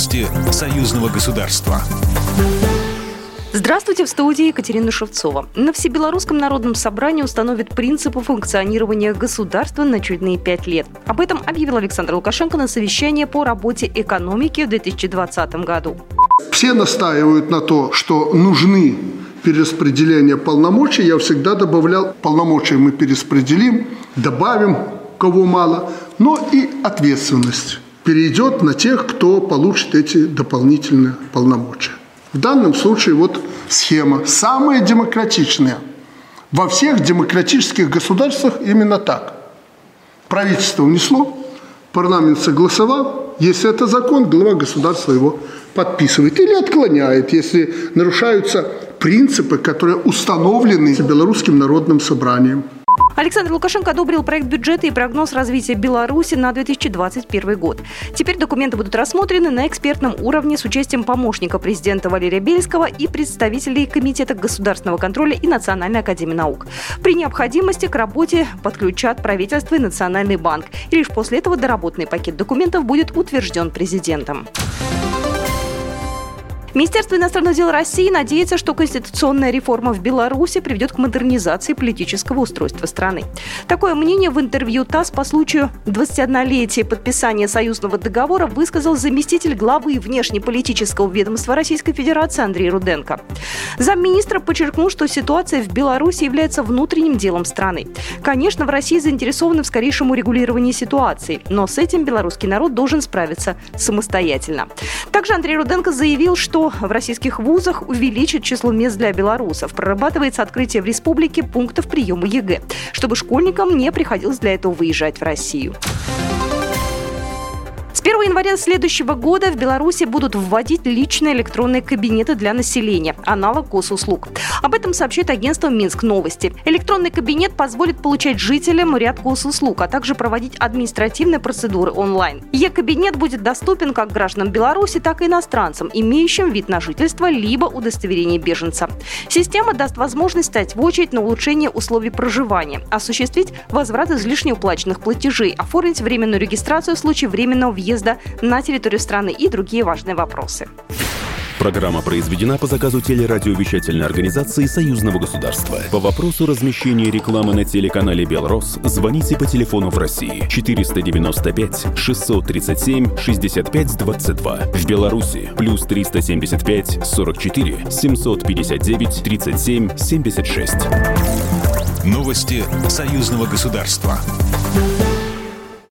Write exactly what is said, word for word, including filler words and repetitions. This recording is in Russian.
Новости союзного государства. Здравствуйте, в студии Екатерина Шевцова. На Всебелорусском народном собрании установят принципы функционирования государства на очередные пять лет. Об этом объявил Александр Лукашенко на совещании по работе экономики в две тысячи двадцатом году. Все настаивают на то, что нужны перераспределения полномочий. Я всегда добавлял, полномочия мы перераспределим, добавим, кого мало, но и ответственность перейдет на тех, кто получит эти дополнительные полномочия. В данном случае вот схема самая демократичная. Во всех демократических государствах именно так. Правительство внесло, парламент согласовал. Если это закон, глава государства его подписывает или отклоняет, если нарушаются принципы, которые установлены Белорусским народным собранием. Александр Лукашенко одобрил проект бюджета и прогноз развития Беларуси на две тысячи двадцать первый год. Теперь документы будут рассмотрены на экспертном уровне с участием помощника президента Валерия Бельского и представителей Комитета государственного контроля и Национальной академии наук. При необходимости к работе подключат правительство и Национальный банк. И лишь после этого доработанный пакет документов будет утвержден президентом. Министерство иностранных дел России надеется, что конституционная реформа в Беларуси приведет к модернизации политического устройства страны. Такое мнение в интервью ТАСС по случаю двадцатиоднолетия подписания союзного договора высказал заместитель главы внешнеполитического ведомства Российской Федерации Андрей Руденко. Замминистра подчеркнул, что ситуация в Беларуси является внутренним делом страны. Конечно, в России заинтересованы в скорейшем урегулировании ситуации, но с этим белорусский народ должен справиться самостоятельно. Также Андрей Руденко заявил, что в российских вузах увеличат число мест для белорусов. Прорабатывается открытие в республике пунктов приема ЕГЭ, чтобы школьникам не приходилось для этого выезжать в Россию. С первого января следующего года в Беларуси будут вводить личные электронные кабинеты для населения, аналог госуслуг. Об этом сообщает агентство «Минск Новости». Электронный кабинет позволит получать жителям ряд госуслуг, а также проводить административные процедуры онлайн. Е-кабинет будет доступен как гражданам Беларуси, так и иностранцам, имеющим вид на жительство либо удостоверение беженца. Система даст возможность стать в очередь на улучшение условий проживания, осуществить возврат излишне уплаченных платежей, оформить временную регистрацию в случае временного въезда на территорию страны и другие важные вопросы. Программа произведена по заказу телерадиовещательной организации Союзного государства. По вопросу размещения рекламы на телеканале «Белрос» звоните по телефону в России четыреста девяносто пять шестьсот тридцать семь шестьдесят пять двадцать два. В Беларуси плюс триста семьдесят пять сорок четыре семьсот пятьдесят девять тридцать семь семьдесят шесть. Новости союзного государства.